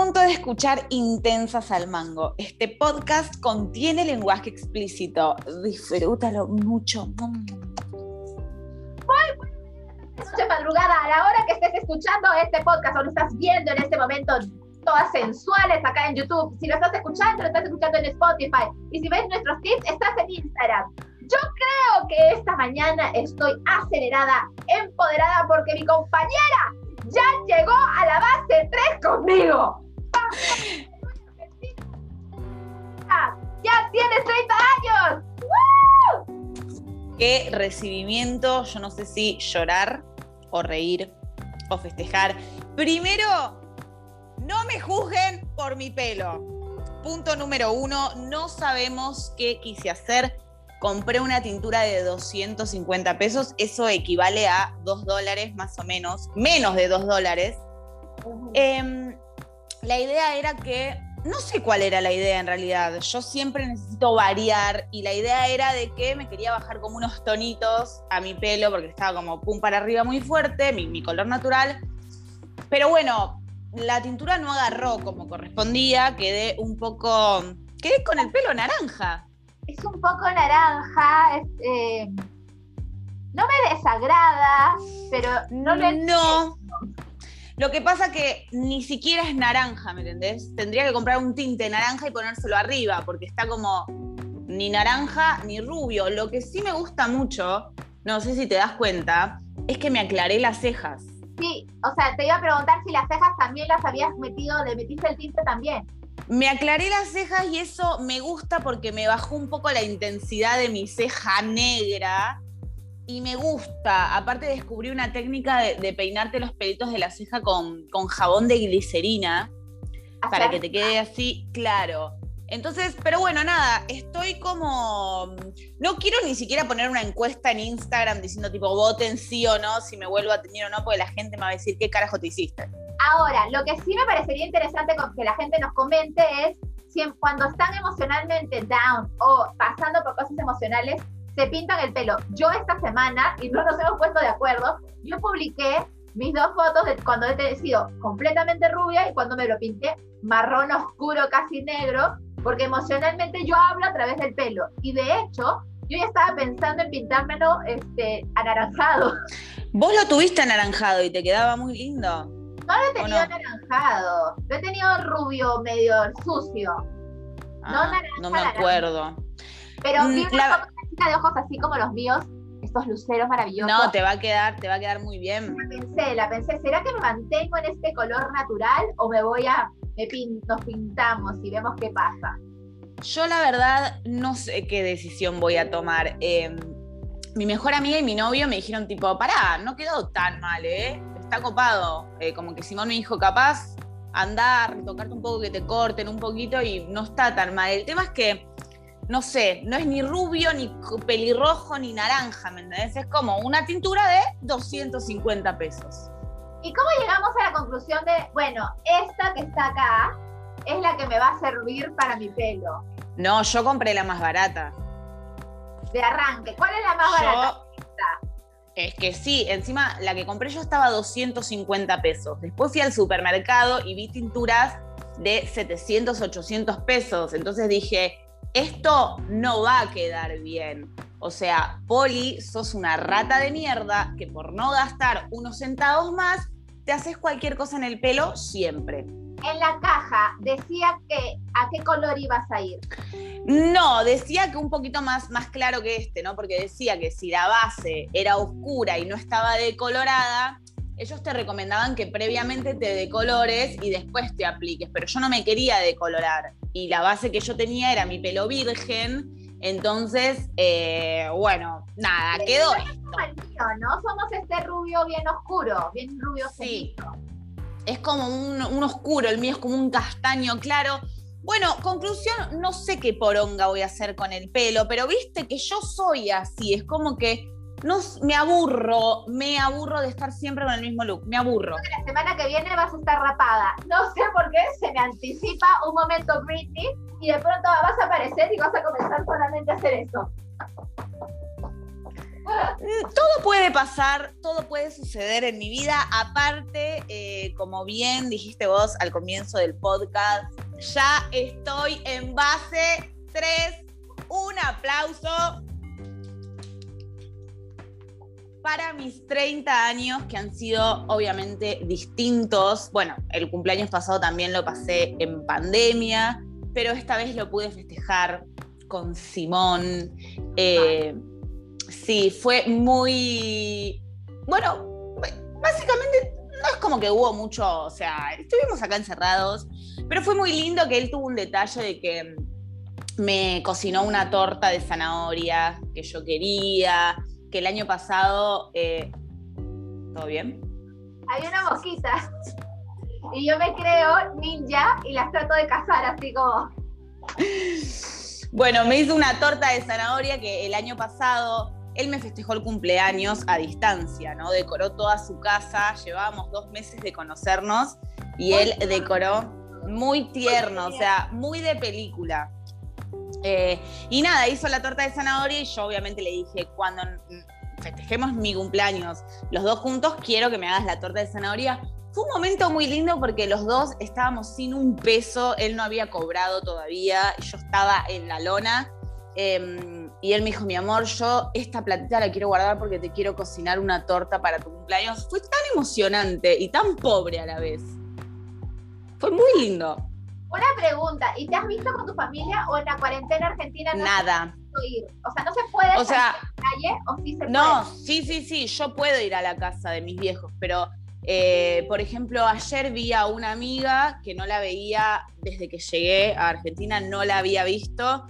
punto de escuchar Intensas al Mango. Este podcast contiene lenguaje explícito. Disfrútalo mucho. Noche madrugada, a la hora que estés escuchando este podcast o lo estás viendo en este momento, todas sensuales acá en YouTube. Si lo estás escuchando en Spotify. Y si ves nuestros tips, estás en Instagram. Yo creo que esta mañana estoy acelerada, empoderada, porque mi compañera ya llegó a la base 3 conmigo. ¡Ya tienes 30 años! ¡Woo! Qué recibimiento, yo no sé si llorar o reír o festejar. Primero, no me juzguen por mi pelo. Punto número 1, no sabemos qué quise hacer. Compré una tintura de 250 pesos, eso equivale a $2 más o menos, menos de $2. La idea era que, no sé cuál era la idea en realidad, yo siempre necesito variar y la idea era de que me quería bajar como unos tonitos a mi pelo porque estaba como pum para arriba muy fuerte, mi color natural, pero bueno, la tintura no agarró como correspondía, quedé con el pelo naranja. Es un poco naranja, no me desagrada, pero no lo entiendo. No. Lo que pasa que ni siquiera es naranja, ¿me entendés? Tendría que comprar un tinte naranja y ponérselo arriba, porque está como ni naranja ni rubio. Lo que sí me gusta mucho, no sé si te das cuenta, es que me aclaré las cejas. Sí, o sea, te iba a preguntar si las cejas también las habías metido, le metiste el tinte también. Me aclaré las cejas y eso me gusta porque me bajó un poco la intensidad de mi ceja negra y me gusta. Aparte descubrí una técnica de peinarte los pelitos de la ceja con jabón de glicerina para que te quede así, claro. Entonces, pero bueno, nada, estoy como... No quiero ni siquiera poner una encuesta en Instagram diciendo tipo voten sí o no, si me vuelvo a tener o no, porque la gente me va a decir qué carajo te hiciste. Ahora, lo que sí me parecería interesante que la gente nos comente es si cuando están emocionalmente down o pasando por cosas emocionales, se pintan el pelo. Yo esta semana, y no nos hemos puesto de acuerdo, yo publiqué mis 2 fotos de cuando he sido completamente rubia y cuando me lo pinté marrón oscuro, casi negro, porque emocionalmente yo hablo a través del pelo. Y de hecho, yo ya estaba pensando en pintármelo anaranjado. ¿Vos lo tuviste anaranjado y te quedaba muy lindo? No lo he tenido anaranjado, lo he tenido rubio, medio sucio. No naranja. No me acuerdo. Pero vi una chica de ojos así como los míos, estos luceros maravillosos. No, te va a quedar muy bien. La pensé, ¿será que me mantengo en este color natural o nos pintamos y vemos qué pasa? Yo la verdad no sé qué decisión voy a tomar. Mi mejor amiga y mi novio me dijeron tipo, pará, no quedó tan mal, está copado. Como que Simón me dijo, capaz, andar, tocarte un poco, que te corten un poquito y no está tan mal. El tema es que, no sé, no es ni rubio, ni pelirrojo, ni naranja, ¿me entendés? Es como una tintura de 250 pesos. ¿Y cómo llegamos a la conclusión de, bueno, esta que está acá es la que me va a servir para mi pelo? No, yo compré la más barata. De arranque, ¿cuál es la más barata? Es que sí, encima la que compré yo estaba a 250 pesos. Después fui al supermercado y vi tinturas de 700, 800 pesos. Entonces dije, esto no va a quedar bien. O sea, Poli, sos una rata de mierda que por no gastar unos centavos más, te haces cualquier cosa en el pelo siempre. En la caja decía que ¿a qué color ibas a ir? No, decía que un poquito más claro que ¿no? Porque decía que si la base era oscura y no estaba decolorada, ellos te recomendaban que previamente te decolores y después te apliques, pero yo no me quería decolorar. Y la base que yo tenía era mi pelo virgen, entonces, bueno, nada, quedó esto. El mío, ¿no? Somos este rubio bien oscuro, bien rubio oscurito. Sí. Es como un oscuro, el mío es como un castaño claro. Bueno, conclusión, no sé qué poronga voy a hacer con el pelo, pero viste que yo soy así, es como que me aburro de estar siempre con el mismo look, me aburro. La semana que viene vas a estar rapada. No sé por qué, se me anticipa un momento Britney y de pronto vas a aparecer y vas a comenzar solamente a hacer eso. Todo puede pasar, todo puede suceder en mi vida. Aparte, como bien dijiste vos al comienzo del podcast, ya estoy en base 3. Un aplauso para mis 30 años, que han sido obviamente distintos. Bueno, el cumpleaños pasado también lo pasé en pandemia, pero esta vez lo pude festejar con Simón. Sí, fue muy... Bueno, básicamente no es como que hubo mucho, o sea, estuvimos acá encerrados, pero fue muy lindo que él tuvo un detalle de que me cocinó una torta de zanahoria que yo quería, que el año pasado... ¿Todo bien? Hay una mosquita. Y yo me creo ninja y las trato de cazar así como... Bueno, me hizo una torta de zanahoria que el año pasado él me festejó el cumpleaños a distancia, ¿no? Decoró toda su casa, llevábamos 2 meses de conocernos y él decoró muy tierno, o sea, muy de película. Y nada, hizo la torta de zanahoria y yo obviamente le dije, cuando festejemos mi cumpleaños los dos juntos, quiero que me hagas la torta de zanahoria. Fue un momento muy lindo porque los dos estábamos sin un peso, él no había cobrado todavía, yo estaba en la lona, y él me dijo, mi amor, yo esta platita la quiero guardar porque te quiero cocinar una torta para tu cumpleaños. Fue tan emocionante y tan pobre a la vez. Fue muy lindo. Una pregunta, ¿y te has visto con tu familia o en la cuarentena argentina no Nada. se puede ir? O sea, ¿no se puede salir a la calle o sí se puede? No, sí, yo puedo ir a la casa de mis viejos, pero por ejemplo, ayer vi a una amiga que no la veía desde que llegué a Argentina, no la había visto,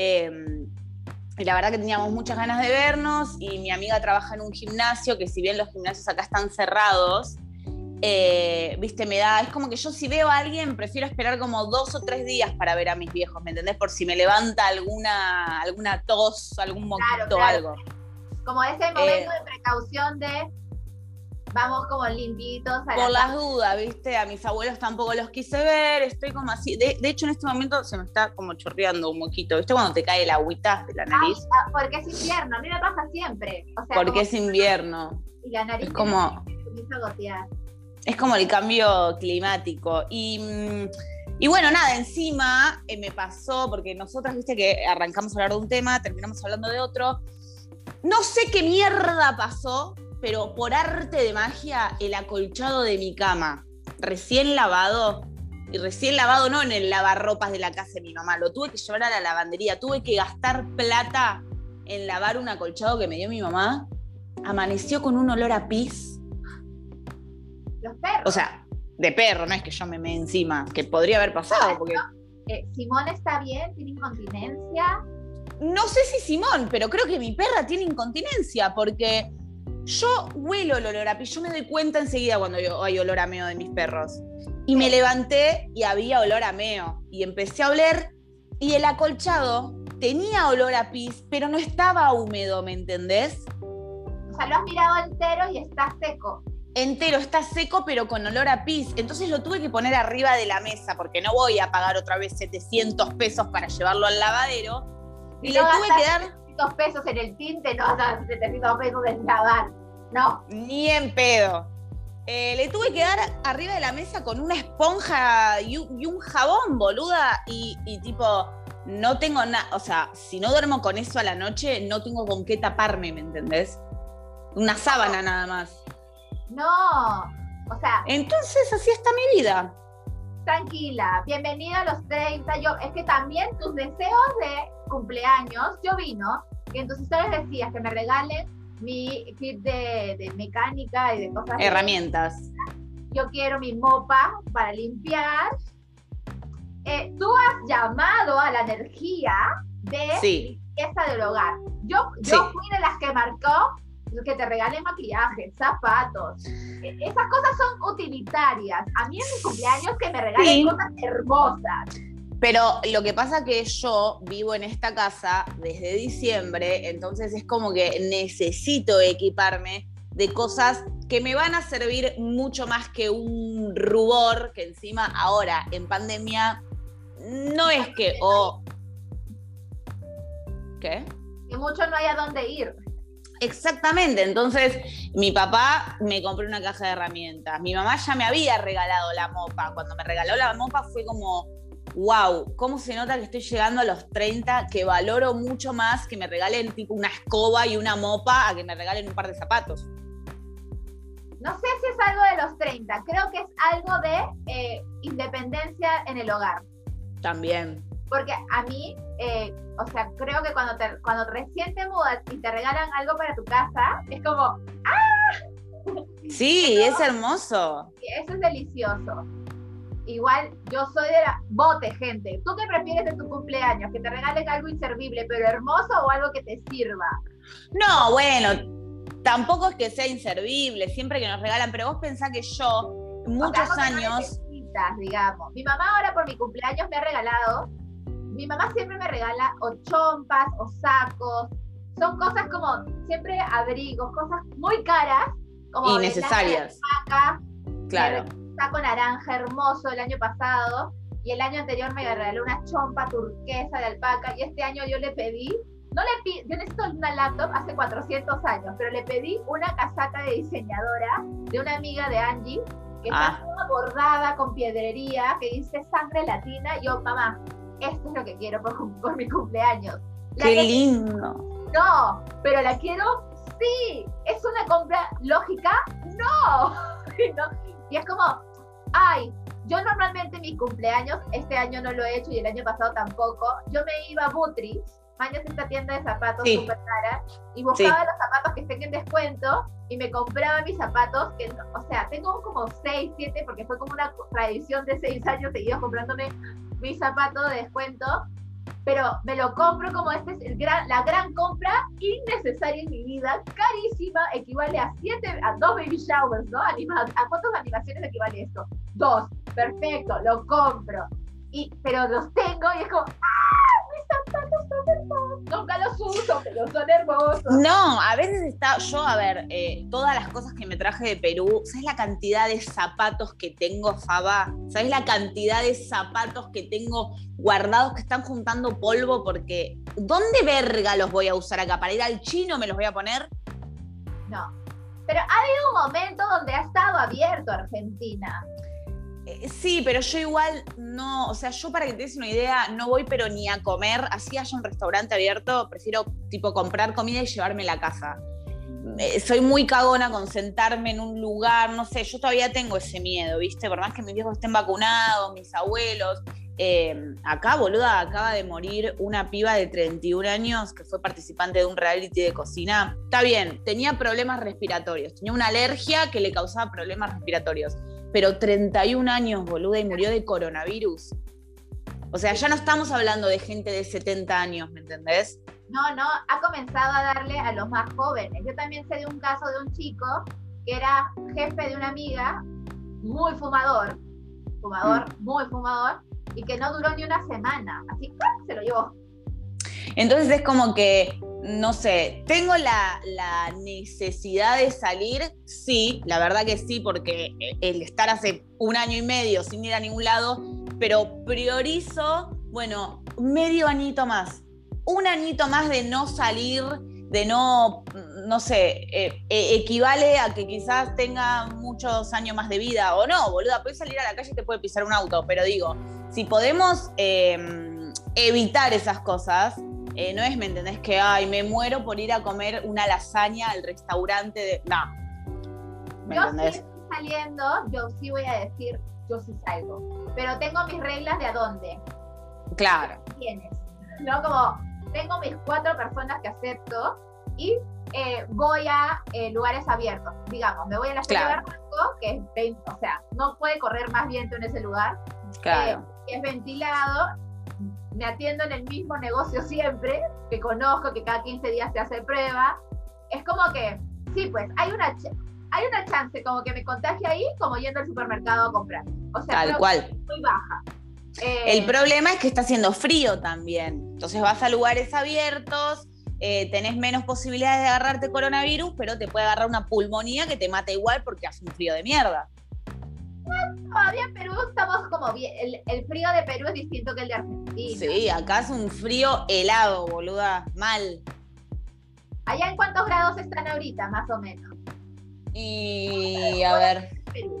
y la verdad que teníamos muchas ganas de vernos, y mi amiga trabaja en un gimnasio, que si bien los gimnasios acá están cerrados, viste, es como que yo si veo a alguien prefiero esperar como 2 o 3 días para ver a mis viejos, ¿me entendés? Por si me levanta alguna tos, algún moquito, claro. Algo. Como ese momento de precaución de vamos como limpitos a por las dudas, viste, a mis abuelos tampoco los quise ver, estoy como así, de hecho en este momento se me está como chorreando un moquito, viste, cuando te cae el agüita de la nariz. Porque es invierno, a mí me pasa siempre, o sea, porque es invierno. Y la nariz es como... empieza a gotear. Es como el cambio climático. Y bueno, nada, encima me pasó, porque nosotras, viste, que arrancamos a hablar de un tema, terminamos hablando de otro. No sé qué mierda pasó, pero por arte de magia, el acolchado de mi cama, recién lavado, y recién lavado no en el lavarropas de la casa de mi mamá, lo tuve que llevar a la lavandería, tuve que gastar plata en lavar un acolchado que me dio mi mamá, amaneció con un olor a pis. Los perros. O sea, de perro, no es que yo me encima, que podría haber pasado. Porque... ¿Simón está bien? ¿Tiene incontinencia? No sé si Simón, pero creo que mi perra tiene incontinencia, porque yo huelo el olor a pis, yo me doy cuenta enseguida cuando hay olor a meo de mis perros. Y me levanté y había olor a meo, y empecé a oler, y el acolchado tenía olor a pis, pero no estaba húmedo, ¿me entendés? O sea, lo has mirado entero y está seco. Entero, está seco pero con olor a pis, entonces lo tuve que poner arriba de la mesa porque no voy a pagar otra vez 700 pesos para llevarlo al lavadero y le tuve que dar 700 pesos en el tinte, no vas a dar 700 pesos en lavar, no. Ni en pedo. Le tuve que dar arriba de la mesa con una esponja y un jabón, boluda, y tipo, no tengo nada, o sea, si no duermo con eso a la noche, no tengo con qué taparme, ¿me entendés? Una sábana nada más. No, o sea... Entonces así está mi vida. Tranquila, bienvenida a los 30. Es que también tus deseos de cumpleaños, yo vi, ¿no? Que en tus historias decías que me regalen mi kit de mecánica y de cosas... Herramientas. Yo quiero mi mopa para limpiar. Tú has llamado a la energía de limpieza del hogar. Yo fui de las que marcó que te regalen maquillaje, zapatos. Esas cosas son utilitarias. A mí en mi cumpleaños que me regalen cosas hermosas. Pero lo que pasa es que yo vivo en esta casa desde diciembre, entonces es como que necesito equiparme de cosas que me van a servir mucho más que un rubor, que encima ahora en pandemia no es que... ¿Qué? Que mucho no hay a dónde ir. Exactamente, entonces mi papá me compró una caja de herramientas, mi mamá ya me había regalado la mopa, cuando me regaló la mopa fue como, wow, cómo se nota que estoy llegando a los 30, que valoro mucho más que me regalen tipo una escoba y una mopa a que me regalen un par de zapatos. No sé si es algo de los 30, creo que es algo de independencia en el hogar. También. Porque a mí, o sea, creo que cuando recién te mudas y te regalan algo para tu casa, es como, ¡ah! Sí, es hermoso. Eso es delicioso. Igual, yo soy de la bote, gente. ¿Tú qué prefieres de tu cumpleaños? ¿Que te regalen algo inservible pero hermoso o algo que te sirva? No, bueno, tampoco es que sea inservible, siempre que nos regalan, pero vos pensás que yo, muchos años... Digamos. Mi mamá ahora por mi cumpleaños me ha regalado, mi mamá siempre me regala o chompas o sacos, son cosas como siempre abrigos, cosas muy caras, como innecesarias. Claro. Saco naranja hermoso el año pasado y el año anterior me regaló una chompa turquesa de alpaca y este año yo le pedí, yo necesito una laptop hace 400 años, pero le pedí una casaca de diseñadora de una amiga de Angie que está toda bordada con piedrería, que dice sangre latina. Y yo, mamá, esto es lo que quiero por mi cumpleaños. ¡Qué lindo! No, pero la quiero, sí. ¿Es una compra lógica? No. Y es como, ay, yo normalmente mis cumpleaños, este año no lo he hecho y el año pasado tampoco, yo me iba a Butris, mañana esta tienda de zapatos súper cara, y buscaba los zapatos que estén en descuento y me compraba mis zapatos, que, o sea, tengo como 6, 7, porque fue como una tradición de 6 años seguidos comprándome mis zapatos de descuento, pero me lo compro como este es la gran compra innecesaria en mi vida, carísima, equivale a 2 baby showers, ¿no? ¿A cuántas animaciones equivale esto? 2, perfecto, lo compro, pero los tengo y es como, mis zapatos son hermosos, nunca los uso, pero son hermosos. No, a veces todas las cosas que me traje de Perú, ¿sabes la cantidad de zapatos que tengo, Faba? ¿Sabes la cantidad de zapatos que tengo guardados que están juntando polvo? Porque, ¿dónde verga los voy a usar acá? ¿Para ir al chino me los voy a poner? No, pero ha habido un momento donde ha estado abierto Argentina. Sí, pero yo igual no, o sea, yo para que te des una idea, no voy pero ni a comer, así haya un restaurante abierto, prefiero tipo comprar comida y llevarme a casa. Soy muy cagona con sentarme en un lugar, no sé, yo todavía tengo ese miedo, ¿viste? Por más que mis viejos estén vacunados, mis abuelos. Acá, boluda, acaba de morir una piba de 31 años que fue participante de un reality de cocina. Está bien, tenía problemas respiratorios, tenía una alergia que le causaba problemas respiratorios. Pero 31 años, boluda, y murió de coronavirus. O sea, ya no estamos hablando de gente de 70 años, ¿me entendés? No, ha comenzado a darle a los más jóvenes. Yo también sé de un caso de un chico que era jefe de una amiga, muy fumador, muy fumador, y que no duró ni una semana. Así que se lo llevó. Entonces es como que, no sé, ¿tengo la necesidad de salir? Sí, la verdad que sí, porque el estar hace 1 año y medio sin ir a ningún lado, pero priorizo, bueno, medio añito más. 1 añito más de no salir, de no sé, equivale a que quizás tenga muchos años más de vida o no, boluda, puedes salir a la calle y te puede pisar un auto, pero digo, si podemos evitar esas cosas, no es, ¿me entendés? Que, ay, me muero por ir a comer una lasaña al restaurante de... No. ¿Me entendés? Sí estoy saliendo, yo sí voy a decir, yo sí salgo. Pero tengo mis reglas de a dónde. Claro. ¿Tienes? ¿No? Como, tengo mis 4 personas que acepto y voy a lugares abiertos. Digamos, me voy a la ciudad de Barranco, que es 20, o sea, no puede correr más viento en ese lugar. Claro. Que es ventilado. Me atiendo en el mismo negocio siempre, que conozco, que cada 15 días se hace prueba. Es como que, sí, pues, hay una chance como que me contagie ahí, como yendo al supermercado a comprar. O sea, tal cual. Es muy baja. El problema es que está haciendo frío también. Entonces vas a lugares abiertos, tenés menos posibilidades de agarrarte coronavirus, pero te puede agarrar una pulmonía que te mata igual porque hace un frío de mierda. Todavía en Perú estamos como bien. El frío de Perú es distinto que el de Argentina. Sí, acá es un frío helado, boluda, mal. ¿Allá en cuántos grados están ahorita, más o menos? Y a ver,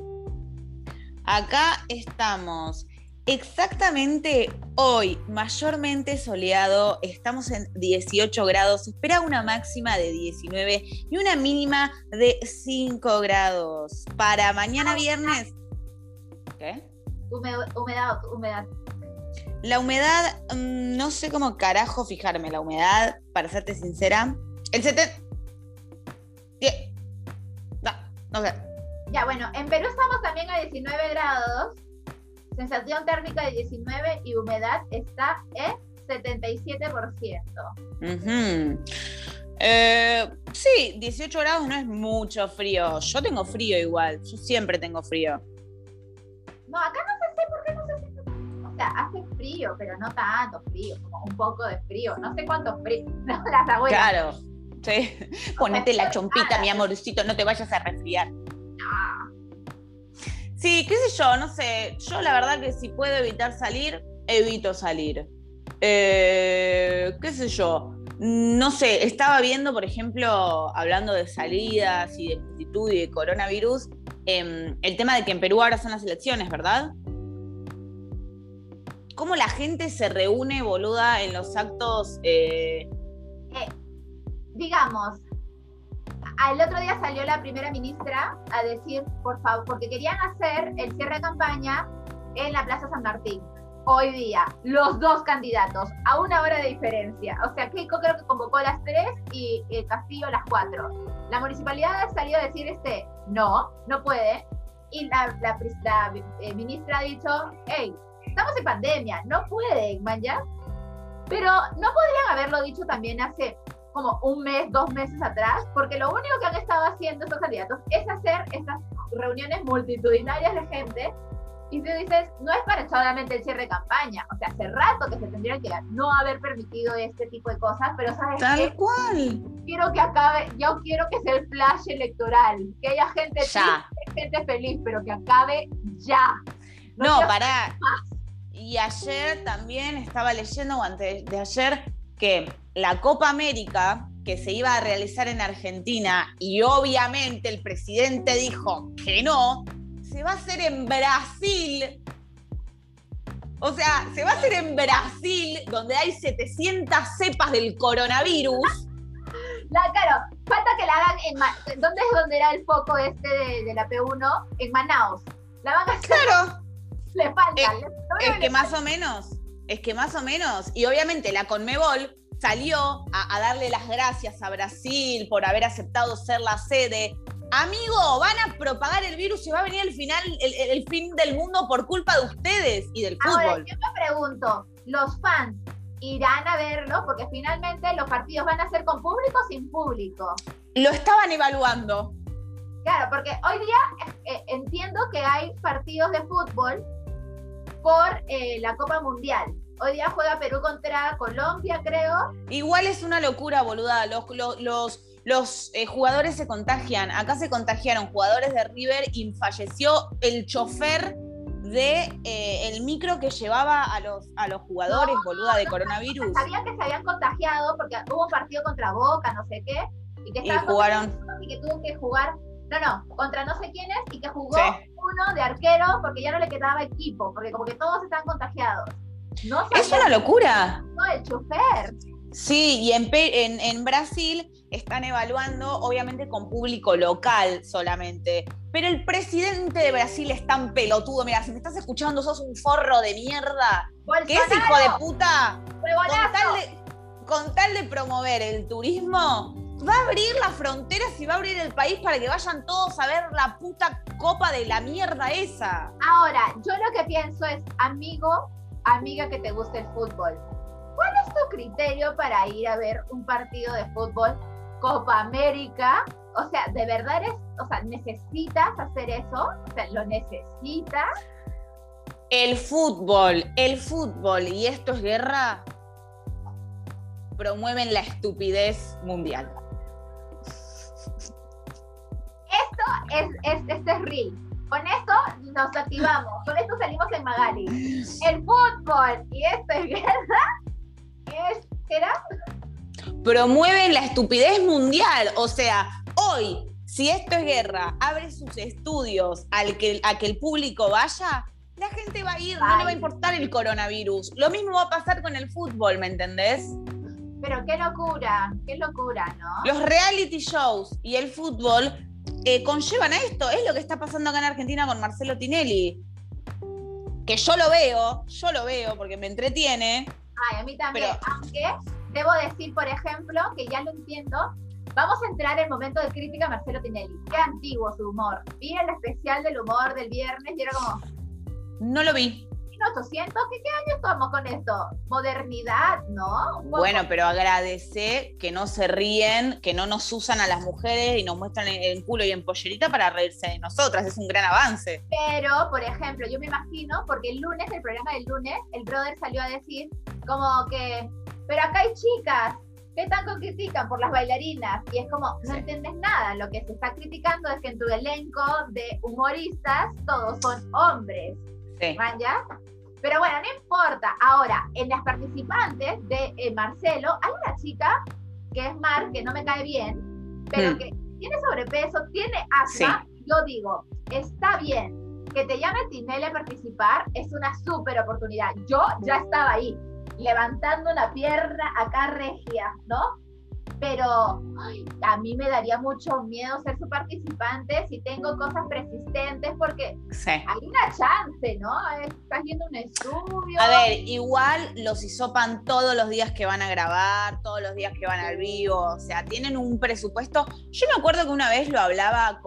acá estamos exactamente hoy, mayormente soleado, estamos en 18 grados, se espera una máxima de 19 y una mínima de 5 grados. Para mañana viernes... ¿Qué? Humedad. La humedad, no sé cómo carajo fijarme la humedad, para serte sincera. El 70... ¿Qué? No sé. Ya, bueno, en Perú estamos también a 19 grados, sensación térmica de 19 y humedad está en 77%. Uh-huh. Sí, 18 grados no es mucho frío. Yo tengo frío igual, yo siempre tengo frío. No, acá no sé por qué no se siente. O sea, hace frío, pero no tanto frío, como un poco de frío. No sé cuánto frío. No, las abuelas. Claro, sí. Ponete la chompita, mi amorcito, no te vayas a resfriar. Sí, qué sé yo, no sé. Yo la verdad que si puedo evitar salir, evito salir. Qué sé yo. No sé, estaba viendo, por ejemplo, hablando de salidas y de multitud y de coronavirus, el tema de que en Perú ahora son las elecciones, ¿verdad? ¿Cómo la gente se reúne, boluda, en los actos? Digamos, el otro día salió la primera ministra a decir, por favor, porque querían hacer el cierre de campaña en la Plaza San Martín. Hoy día, los dos candidatos, a 1 hora de diferencia. O sea, Keiko creo que convocó a las 3 y Castillo a las 4. La municipalidad salió a decir, no puede. Y la ministra ha dicho, hey, estamos en pandemia, no pueden, man, ¿ya? Pero no podrían haberlo dicho también hace como 1 mes, 2 meses atrás, porque lo único que han estado haciendo estos candidatos es hacer estas reuniones multitudinarias de gente. Y tú dices, no es para solamente el cierre de campaña, o sea, hace rato que se tendría que no haber permitido este tipo de cosas, pero ¿sabes Tal qué? cual. Quiero que acabe, yo quiero que sea el flash electoral, que haya gente ya. triste, gente feliz, pero que acabe ya. No, pará. Y ayer también estaba leyendo, o antes de ayer, que la Copa América, que se iba a realizar en Argentina, y obviamente el presidente dijo que no, se va a hacer en Brasil. O sea, se va a hacer en Brasil, donde hay 700 cepas del coronavirus. Claro, falta que la hagan en... ¿Dónde es donde era el foco de la P1? En Manaus. La van a hacer. Claro. Le falta. Es que más o menos. Y obviamente la Conmebol salió a darle las gracias a Brasil por haber aceptado ser la sede. Amigo, van a propagar el virus y va a venir el fin del mundo por culpa de ustedes y del fútbol. Ahora, yo me pregunto, ¿los fans irán a verlo? Porque finalmente los partidos van a ser con público o sin público. Lo estaban evaluando. Claro, porque hoy día entiendo que hay partidos de fútbol por la Copa Mundial. Hoy día juega Perú contra Colombia, creo. Igual es una locura, boluda. Los jugadores se contagian. Acá se contagiaron jugadores de River y falleció el chofer el micro que llevaba a los jugadores, boluda, de coronavirus. Sabía que se habían contagiado porque hubo un partido contra Boca, no sé qué, y que jugaron. Y que tuvo que jugar, contra no sé quiénes, y que jugó uno de arquero porque ya no le quedaba equipo, porque como que todos están contagiados. Es una locura. El chofer. Sí, y en Brasil están evaluando, obviamente con público local solamente. Pero el presidente de Brasil es tan pelotudo. Mira, si me estás escuchando, sos un forro de mierda. Bolsonaro. ¿Qué es, hijo de puta? Con tal de promover el turismo, va a abrir las fronteras y va a abrir el país para que vayan todos a ver la puta copa de la mierda esa. Ahora, yo lo que pienso es, amiga que te guste el fútbol, ¿cuál es tu criterio para ir a ver un partido de fútbol, Copa América? O sea, ¿de verdad necesitas hacer eso? O sea, ¿lo necesitas? El fútbol, y esto es guerra, promueven la estupidez mundial. Esto es real. Con esto nos activamos, con esto salimos en Magali. El fútbol y esto es guerra, ¿qué era? promueven la estupidez mundial. O sea, hoy, si esto es guerra, abre sus estudios a que el público vaya, la gente va a ir, no le va a importar el coronavirus. Lo mismo va a pasar con el fútbol, ¿me entendés? Pero qué locura, ¿no? Los reality shows y el fútbol conllevan a esto. Es lo que está pasando acá en Argentina con Marcelo Tinelli. Que yo lo veo porque me entretiene. Ay, a mí también, pero... aunque debo decir, por ejemplo, que ya lo entiendo, vamos a entrar en el momento de crítica a Marcelo Tinelli. Qué antiguo su humor. Vi el especial del humor del viernes y era como... No lo vi. 1800, ¿qué año estamos con esto? Modernidad, ¿no? Bueno, pero agradece que no se ríen, que no nos usan a las mujeres y nos muestran en culo y en pollerita para reírse de nosotras. Es un gran avance. Pero, por ejemplo, yo me imagino, porque el programa del lunes, el brother salió a decir como que, pero acá hay chicas, ¿qué tanto critican por las bailarinas? Y es como, no entiendes nada. Lo que se está criticando es que en tu elenco de humoristas todos son hombres. Sí. ¿Ya? Pero bueno, no importa. Ahora, en las participantes de Marcelo, hay una chica que es Mar, que no me cae bien, pero que tiene sobrepeso, tiene asma. Sí. Yo digo, está bien que te llame Tinelli a participar, es una súper oportunidad. Yo ya estaba ahí, levantando una pierna acá regia, ¿no? Pero a mí me daría mucho miedo ser su participante si tengo cosas persistentes, porque hay una chance, ¿no? Estás viendo un estudio. A ver, igual los hisopan todos los días que van a grabar, todos los días que van al vivo, o sea, tienen un presupuesto. Yo me acuerdo que una vez lo hablaba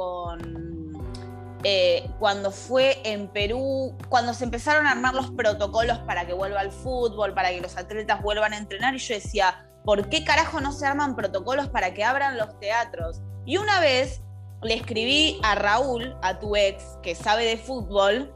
cuando fue en Perú, cuando se empezaron a armar los protocolos para que vuelva al fútbol, para que los atletas vuelvan a entrenar, y yo decía, ¿por qué carajo no se arman protocolos para que abran los teatros? Y una vez le escribí a Raúl, a tu ex, que sabe de fútbol,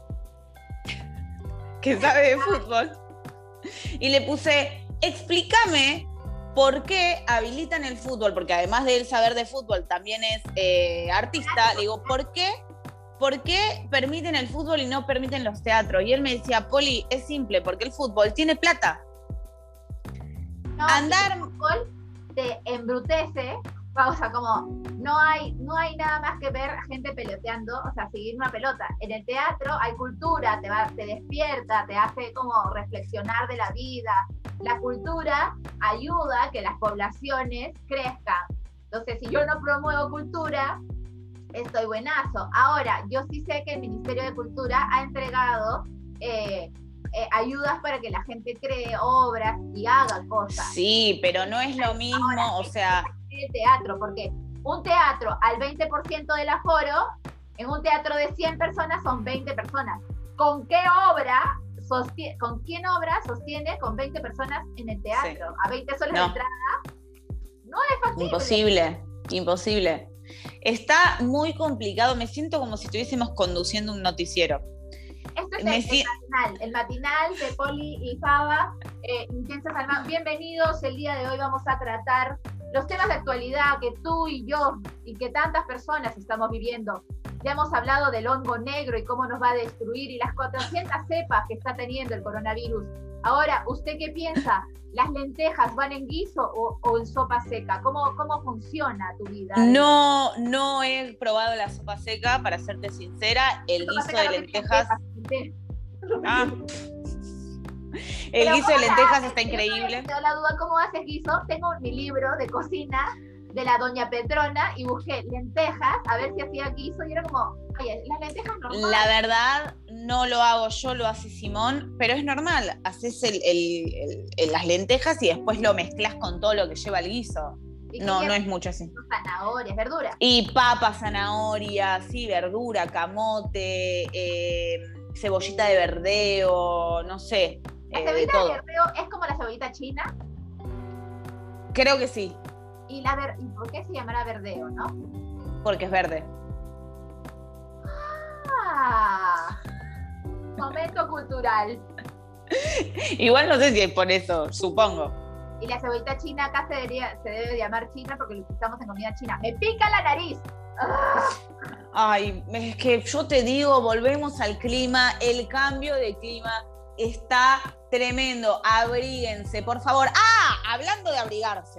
y le puse, explícame por qué habilitan el fútbol, porque además de él saber de fútbol, también es artista. Le digo, ¿por qué permiten el fútbol y no permiten los teatros? Y él me decía, Poli, es simple, porque el fútbol tiene plata. No, el fútbol te embrutece, o sea, como no hay nada más que ver gente peloteando, o sea, seguir una pelota. En el teatro hay cultura, te despierta, te hace como reflexionar de la vida. La cultura ayuda a que las poblaciones crezcan. Entonces, si yo no promuevo cultura, estoy buenazo. Ahora, yo sí sé que el Ministerio de Cultura ha entregado ayudas para que la gente cree obras y haga cosas. Sí, pero no es lo mismo. Ahora, o sea... El teatro, porque un teatro al 20% del aforo, en un teatro de 100 personas son 20 personas. ¿Con qué obra ¿con quién obra sostiene con 20 personas en el teatro? Sí. A 20 soles de entrada. No es factible. Imposible. Está muy complicado. Me siento como si estuviésemos conduciendo un noticiero. Esto es el matinal de Poli y Faba, Intensas Alma. Bienvenidos. El día de hoy vamos a tratar los temas de actualidad que tú y yo y que tantas personas estamos viviendo. Ya hemos hablado del hongo negro y cómo nos va a destruir y las 400 cepas que está teniendo el coronavirus. Ahora, ¿usted qué piensa? ¿Las lentejas van en guiso o en sopa seca? ¿Cómo funciona tu vida? No he probado la sopa seca, para serte sincera. El guiso de lentejas... El guiso de lentejas está increíble. Me da la duda, ¿cómo haces guiso? Tengo mi libro de cocina de la doña Petrona y busqué lentejas a ver si hacía guiso y era como, oye, las lentejas normales. La verdad, no lo hago yo, lo hace Simón, pero es normal. Haces las lentejas y después lo mezclas con todo lo que lleva el guiso. No es mucho así. Zanahorias, verduras. Y papas, zanahorias, sí, verdura, camote, cebollita de verdeo, no sé. ¿La cebollita de verdeo es como la cebollita china? Creo que sí. ¿Y por qué se llamará verdeo, no? Porque es verde. Momento cultural. Igual no sé si es por eso, supongo. Y la cebollita china acá se debe llamar china porque lo utilizamos en comida china. ¡Me pica la nariz! Ay, es que yo te digo, volvemos al clima, el cambio de clima. está tremendo. Abríguense, por favor. Hablando de abrigarse.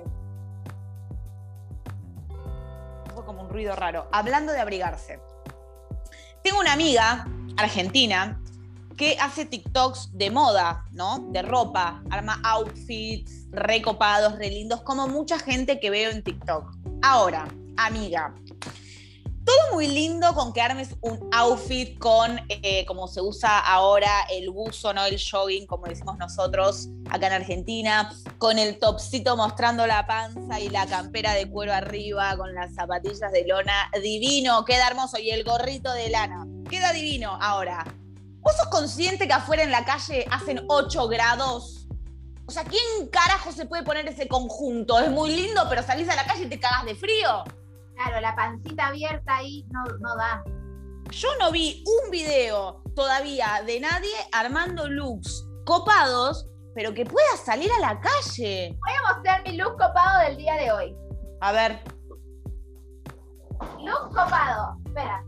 Fue como un ruido raro. Hablando de abrigarse. Tengo una amiga argentina que hace TikToks de moda, ¿no? De ropa. Arma outfits recopados, re lindos, como mucha gente que veo en TikTok. Ahora, amiga, todo muy lindo con que armes un outfit con, como se usa ahora, el buzo, ¿no? El jogging, como decimos nosotros acá en Argentina, con el topcito mostrando la panza y la campera de cuero arriba, con las zapatillas de lona. Divino, queda hermoso. Y el gorrito de lana. Queda divino. Ahora, ¿vos sos consciente que afuera en la calle hacen 8 grados? O sea, ¿quién carajo se puede poner ese conjunto? Es muy lindo, pero salís a la calle y te cagas de frío. Claro, la pancita abierta ahí no da. Yo no vi un video todavía de nadie armando looks copados, pero que pueda salir a la calle. Voy a mostrar mi look copado del día de hoy. A ver. Look copado. Espera.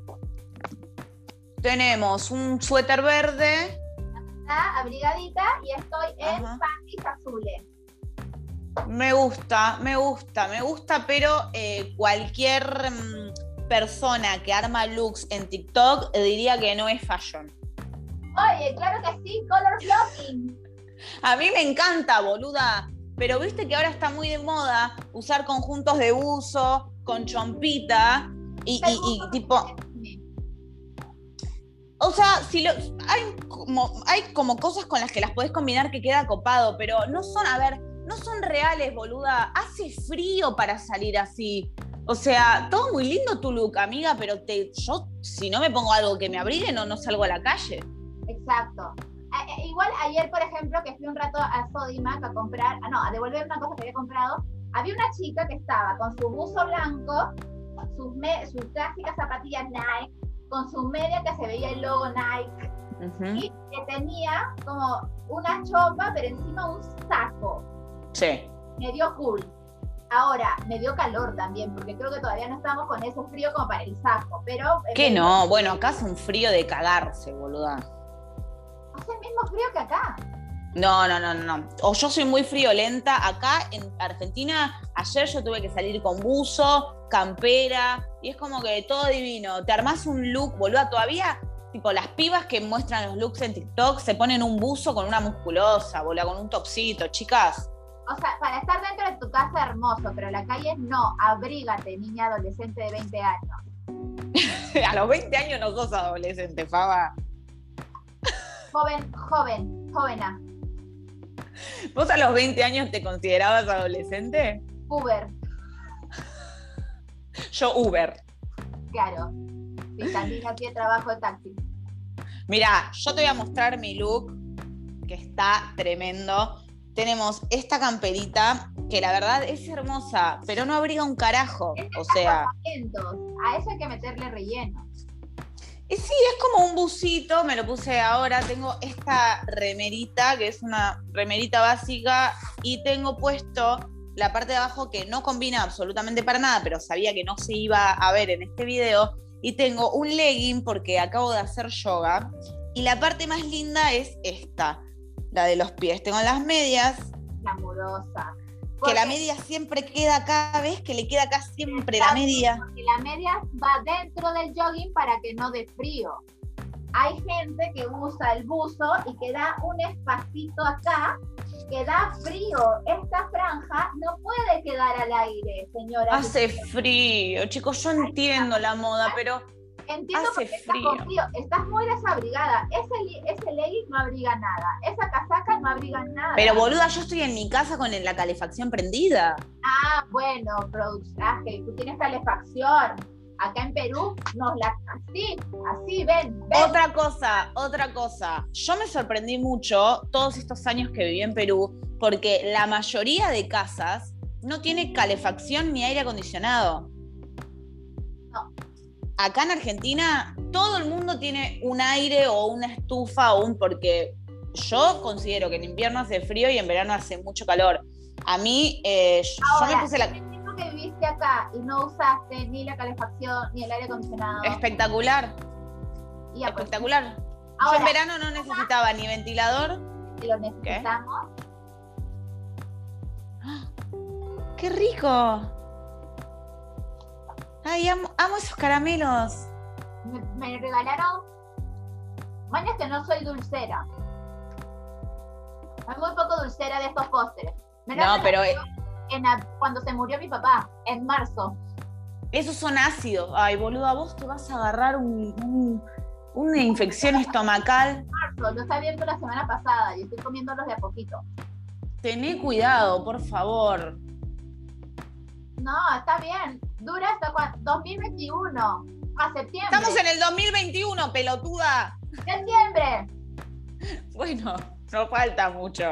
Tenemos un suéter verde. Está abrigadita y estoy en panties azules. Me gusta, pero cualquier persona que arma looks en TikTok diría que no es fashion. Oye, claro que sí, color blocking. A mí me encanta, boluda, pero viste que ahora está muy de moda usar conjuntos de buzo con chompita y tipo... O sea, hay como cosas con las que las podés combinar que queda copado, pero no son reales, boluda. Hace frío para salir así. O sea, todo muy lindo tu look, amiga, pero yo si no me pongo algo que me abrigue, no salgo a la calle. Exacto. Igual ayer, por ejemplo, que fui un rato a Sodimac a comprar, a devolver una cosa que había comprado, había una chica que estaba con su buzo blanco, sus clásicas zapatillas Nike, con su media que se veía el logo Nike, y que tenía como una chopa, pero encima un saco. Sí. Me dio cool. Ahora, me dio calor también, porque creo que todavía no estamos con ese frío como para el saco, pero... ¿Qué no? Bueno, acá hace un frío de cagarse, boluda. Hace el mismo frío que acá. No. O yo soy muy friolenta. Acá en Argentina, ayer yo tuve que salir con buzo, campera, y es como que todo divino. Te armás un look, boluda, todavía, tipo, las pibas que muestran los looks en TikTok se ponen un buzo con una musculosa, boluda, con un topsito, chicas. O sea, para estar dentro de tu casa hermoso, pero en la calle no. Abrígate, niña adolescente de 20 años. A los 20 años no sos adolescente, Faba. Jovena. ¿Vos a los 20 años te considerabas adolescente? Uber. Yo Uber. Claro. Si salís aquí de trabajo de taxi. Mirá, yo te voy a mostrar mi look, que está tremendo. Tenemos esta camperita, que la verdad es hermosa, pero no abriga un carajo. O sea... A eso hay que meterle relleno. Sí, es como un busito, me lo puse ahora. Tengo esta remerita, que es una remerita básica, y tengo puesto la parte de abajo que no combina absolutamente para nada, pero sabía que no se iba a ver en este video. Y tengo un legging porque acabo de hacer yoga. Y la parte más linda es esta, la de los pies. Tengo las medias. Glamurosa. Que la media siempre queda acá, ¿ves? Que le queda acá siempre la media. Porque la media va dentro del jogging para que no dé frío. Hay gente que usa el buzo y que da un espacito acá que da frío. Esta franja no puede quedar al aire, señora. Hace frío, chicos, yo entiendo la moda, pero entiendo hace porque estás con frío. Estás muy desabrigada. Ese legging no abriga nada. Esa casaca no abriga nada. Pero boluda, yo estoy en mi casa con la calefacción prendida. Ah, bueno, productaje. Tú tienes calefacción. Acá en Perú, así, ven. Otra cosa. Yo me sorprendí mucho todos estos años que viví en Perú, porque la mayoría de casas no tiene calefacción ni aire acondicionado. No. Acá en Argentina, todo el mundo tiene un aire o una estufa porque yo considero que en invierno hace frío y en verano hace mucho calor. A mí, ahora, yo me puse la... que viviste acá y no usaste ni la calefacción ni el aire acondicionado. Espectacular. Ya, espectacular. Yo en verano no necesitaba ni ventilador. Lo necesitamos. ¡Qué rico! Ay, amo esos caramelos. Me regalaron. Bueno, es que no soy dulcera. Hay muy poco dulcera de estos postres. No, pero cuando se murió mi papá, en marzo. Esos son ácidos. Ay, boluda, vos te vas a agarrar una infección estomacal. Marzo, los he abierto la semana pasada y estoy comiéndolos de a poquito. Tené cuidado, por favor. No, está bien. Dura hasta 2021. A septiembre. Estamos en el 2021, pelotuda. Septiembre. Bueno, no falta mucho.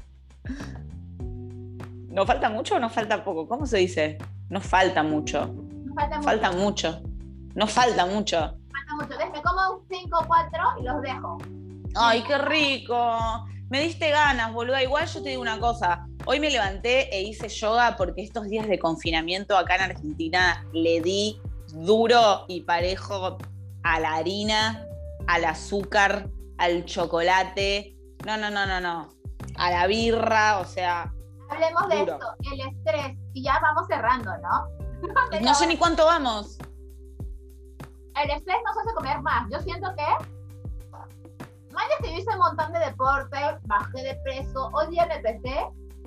¿No falta mucho o no falta poco? ¿Cómo se dice? No falta mucho. No falta mucho. Falta mucho. No falta mucho. Falta mucho. Me como 5 o 4 y los dejo. Ay, qué rico. Me diste ganas, boluda. Igual yo te digo una cosa. Hoy me levanté e hice yoga porque estos días de confinamiento acá en Argentina le di duro y parejo a la harina, al azúcar, al chocolate. No. A la birra, o sea. Hablemos de duro. esto, el estrés. Y ya vamos cerrando, ¿no? No sé ni cuánto vamos. El estrés nos hace comer más. Yo siento que mañana que yo hice un montón de deporte, bajé de peso, hoy día me pesé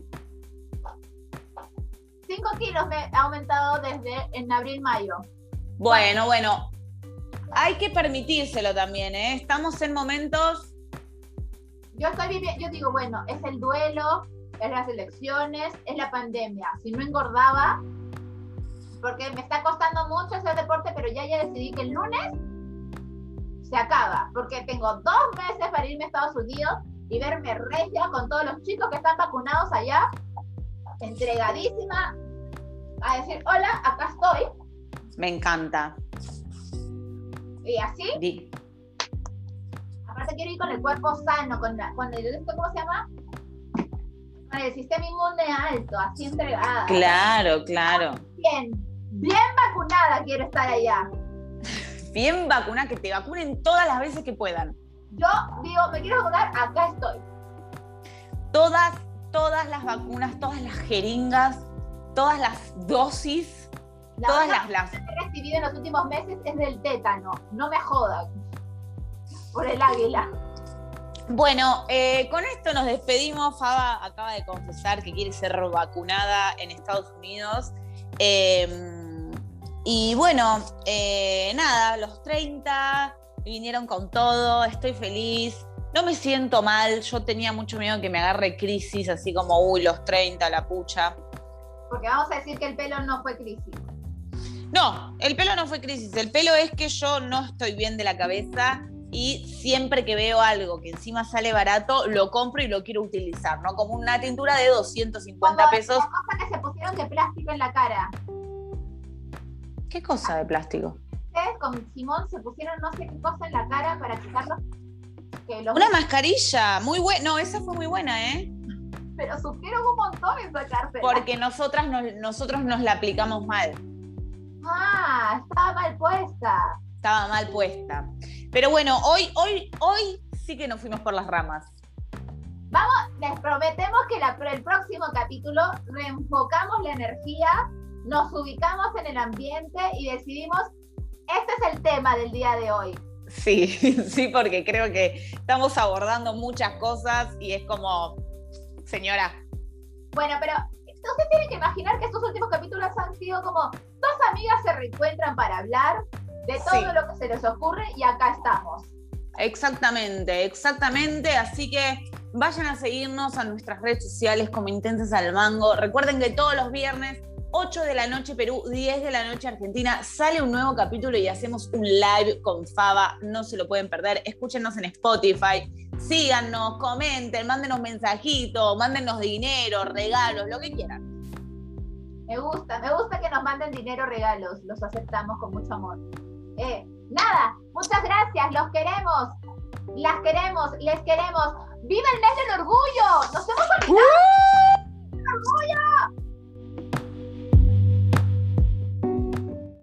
5 kilos me ha aumentado desde en abril-mayo. Bueno, hay que permitírselo también, ¿eh? Estamos en momentos. Yo estoy viviendo, yo digo, bueno, es el duelo, es las elecciones, es la pandemia. Si no engordaba, porque me está costando mucho hacer deporte, pero ya decidí que el lunes se acaba, porque tengo 2 meses para irme a Estados Unidos y verme regia con todos los chicos que están vacunados allá, entregadísima, a decir, hola, acá estoy. Me encanta. Y así, aparte quiero ir con el cuerpo sano, con el, ¿cómo se llama? Con el sistema inmune alto, así entregada. Claro. Bien vacunada quiero estar allá. Bien vacunada, que te vacunen todas las veces que puedan. Yo digo, me quiero vacunar, acá estoy. Todas las vacunas, todas las jeringas, todas las dosis, todas las que he recibido en los últimos meses es del tétano, no me jodan. Por el águila. Bueno, con esto nos despedimos. Faba acaba de confesar que quiere ser vacunada en Estados Unidos. Y bueno, nada, los 30 vinieron con todo, estoy feliz, no me siento mal. Yo tenía mucho miedo que me agarre crisis, así como, los 30, la pucha. Porque vamos a decir que el pelo no fue crisis. No, el pelo no fue crisis, el pelo es que yo no estoy bien de la cabeza y siempre que veo algo que encima sale barato, lo compro y lo quiero utilizar, ¿no? Como una tintura de 250 pesos. La cosa que se pusieron de plástico en la cara. ¿Qué cosa de plástico? Ustedes con Simón se pusieron no sé qué cosa en la cara para quitarlos. Una mascarilla, muy buena. No, esa fue muy buena, ¿eh? Pero sufrieron un montón en sacársela. Porque nosotros nos la aplicamos mal. Ah, estaba mal puesta. Estaba mal puesta. Pero bueno, hoy sí que nos fuimos por las ramas. Les prometemos que el próximo capítulo reenfocamos la energía, nos ubicamos en el ambiente y decidimos, este es el tema del día de hoy. Sí, porque creo que estamos abordando muchas cosas y es como, señora. Bueno, pero ustedes tienen que imaginar que estos últimos capítulos han sido como 2 amigas se reencuentran para hablar de todo lo que se les ocurre y acá estamos. Exactamente. Así que vayan a seguirnos a nuestras redes sociales como Intensas al Mango. Recuerden que todos los viernes, 8 de la noche Perú, 10 de la noche Argentina, sale un nuevo capítulo y hacemos un live con Faba. No se lo pueden perder. Escúchenos en Spotify. Síganos, comenten, mándenos mensajitos, mándenos dinero, regalos, lo que quieran. Me gusta que nos manden dinero, regalos. Los aceptamos con mucho amor. Nada, muchas gracias, los queremos, las queremos, les queremos. ¡Viva el mes del orgullo! ¡Nos hemos olvidado!